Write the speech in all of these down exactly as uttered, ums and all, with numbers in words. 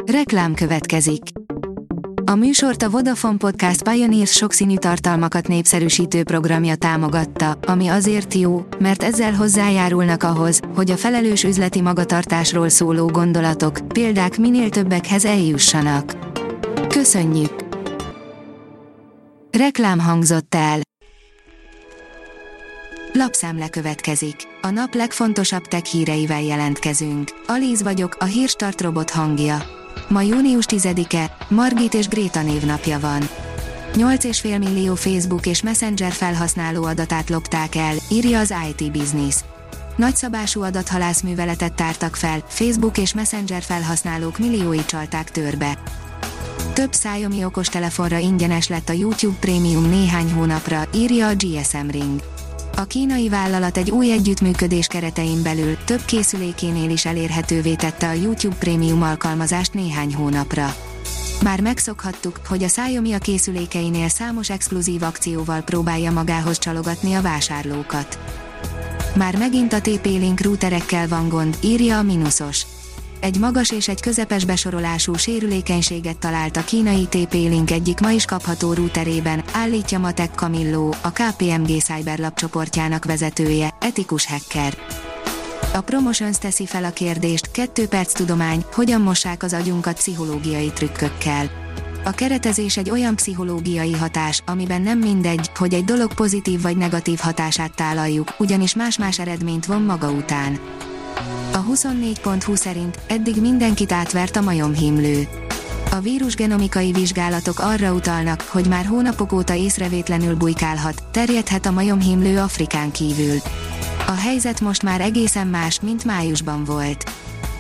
Reklám következik. A műsort a Vodafone Podcast Pioneers sokszínű tartalmakat népszerűsítő programja támogatta, ami azért jó, mert ezzel hozzájárulnak ahhoz, hogy a felelős üzleti magatartásról szóló gondolatok, példák minél többekhez eljussanak. Köszönjük! Reklám hangzott el. Lapszemle következik. A nap legfontosabb tech híreivel jelentkezünk. Alíz vagyok, a Hírstart robot hangja. Ma június tizedike, Margit és Gréta névnapja van. nyolc egész öt millió Facebook és Messenger felhasználó adatát lopták el, írja az i té Business. Nagyszabású adathalászműveletet tártak fel, Facebook és Messenger felhasználók millióit csalták törbe. Több Xiaomi okostelefonra ingyenes lett a YouTube Premium néhány hónapra, írja a gé es em Ring. A kínai vállalat egy új együttműködés keretein belül több készülékénél is elérhetővé tette a YouTube Premium alkalmazást néhány hónapra. Már megszokhattuk, hogy a Xiaomi a készülékeinél számos exkluzív akcióval próbálja magához csalogatni a vásárlókat. Már megint a té pé-Link routerekkel van gond, írja a Minusos. Egy magas és egy közepes besorolású sérülékenységet talált a kínai té pé-Link egyik ma is kapható routerében, állítja Matek Camillo, a ká pé em gé Cyberlab csoportjának vezetője, etikus hacker. A Promotions teszi fel a kérdést, kettő perc tudomány, hogyan mossák az agyunkat pszichológiai trükkökkel. A keretezés egy olyan pszichológiai hatás, amiben nem mindegy, hogy egy dolog pozitív vagy negatív hatását tálaljuk, ugyanis más-más eredményt von maga után. A huszonnégy pont hu szerint eddig mindenkit átvert a majomhímlő. A vírusgenomikai vizsgálatok arra utalnak, hogy már hónapok óta észrevétlenül bujkálhat, terjedhet a majomhímlő Afrikán kívül. A helyzet most már egészen más, mint májusban volt.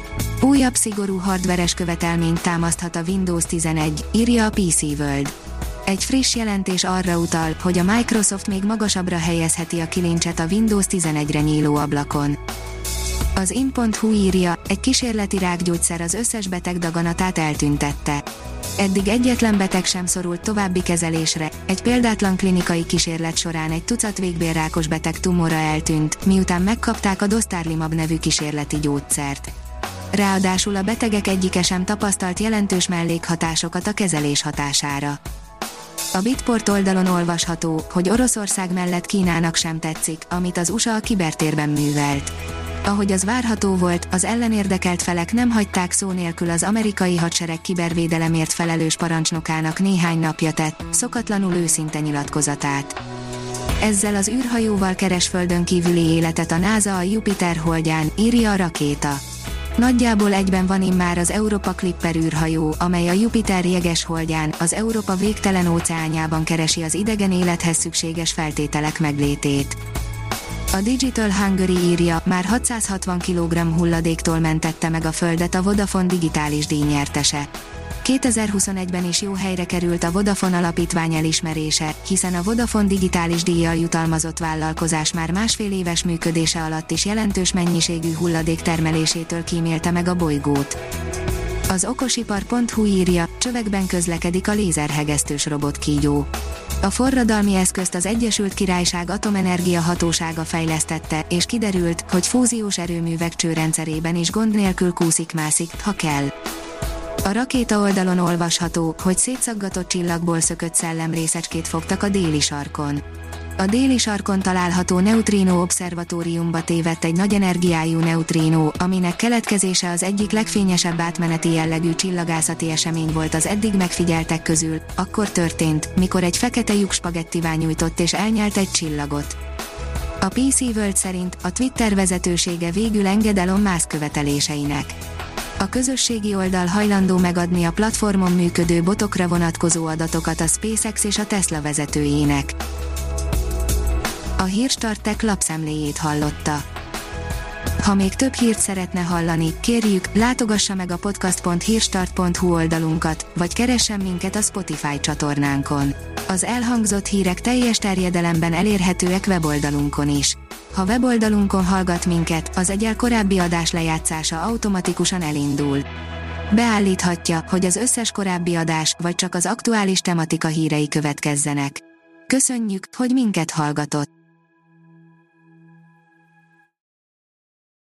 Újabb szigorú hardveres követelményt támaszthat a Windows tizenegy, írja a pé cé World. Egy friss jelentés arra utal, hogy a Microsoft még magasabbra helyezheti a kilincset a Windows tizenegyre nyíló ablakon. Az in pont hu írja, egy kísérleti rákgyógyszer az összes beteg daganatát eltüntette. Eddig egyetlen beteg sem szorult további kezelésre, egy példátlan klinikai kísérlet során egy tucat végbélrákos beteg tumora eltűnt, miután megkapták a Dostarlimab nevű kísérleti gyógyszert. Ráadásul a betegek egyike sem tapasztalt jelentős mellékhatásokat a kezelés hatására. A Bitport oldalon olvasható, hogy Oroszország mellett Kínának sem tetszik, amit az u es á a kibertérben művelt. Ahogy az várható volt, az ellenérdekelt felek nem hagyták szó nélkül az amerikai hadsereg kibervédelemért felelős parancsnokának néhány napja tett, szokatlanul őszinte nyilatkozatát. Ezzel az űrhajóval keres földön kívüli életet a NASA a Jupiter holdján, írja a Rakéta. Nagyjából egyben van immár az Europa Clipper űrhajó, amely a Jupiter jeges holdján, az Európa végtelen óceánjában keresi az idegen élethez szükséges feltételek meglétét. A Digital Hungary írja, már hatszázhatvan kilogramm hulladéktól mentette meg a Földet a Vodafone digitális díjnyertese. kétezer-huszonegyben is jó helyre került a Vodafone alapítvány elismerése, hiszen a Vodafone digitális díjjal jutalmazott vállalkozás már másfél éves működése alatt is jelentős mennyiségű hulladék termelésétől kímélte meg a bolygót. Az okosipar pont hu írja, csövekben közlekedik a lézerhegesztős robotkígyó. A forradalmi eszközt az Egyesült Királyság Atomenergia Hatósága fejlesztette, és kiderült, hogy fúziós erőművek csőrendszerében is gond nélkül kúszik-mászik, ha kell. A Rakéta oldalon olvasható, hogy szétszaggatott csillagból szökött szellemrészecskét fogtak a déli sarkon. A déli sarkon található neutrino obszervatóriumba tévedt egy nagy energiájú neutrino, aminek keletkezése az egyik legfényesebb átmeneti jellegű csillagászati esemény volt az eddig megfigyeltek közül, akkor történt, mikor egy fekete lyuk spagettivá nyújtott és elnyelt egy csillagot. A pé cé World szerint a Twitter vezetősége végül enged Elon Musk követeléseinek. A közösségi oldal hajlandó megadni a platformon működő botokra vonatkozó adatokat a SpaceX és a Tesla vezetőjének. A Hírstart Tech lapszemléjét hallotta. Ha még több hírt szeretne hallani, kérjük, látogassa meg a podcast pont hírstart pont hu oldalunkat, vagy keressen minket a Spotify csatornánkon. Az elhangzott hírek teljes terjedelemben elérhetőek weboldalunkon is. Ha weboldalunkon hallgat minket, az egyel korábbi adás lejátszása automatikusan elindul. Beállíthatja, hogy az összes korábbi adás, vagy csak az aktuális tematika hírei következzenek. Köszönjük, hogy minket hallgatott!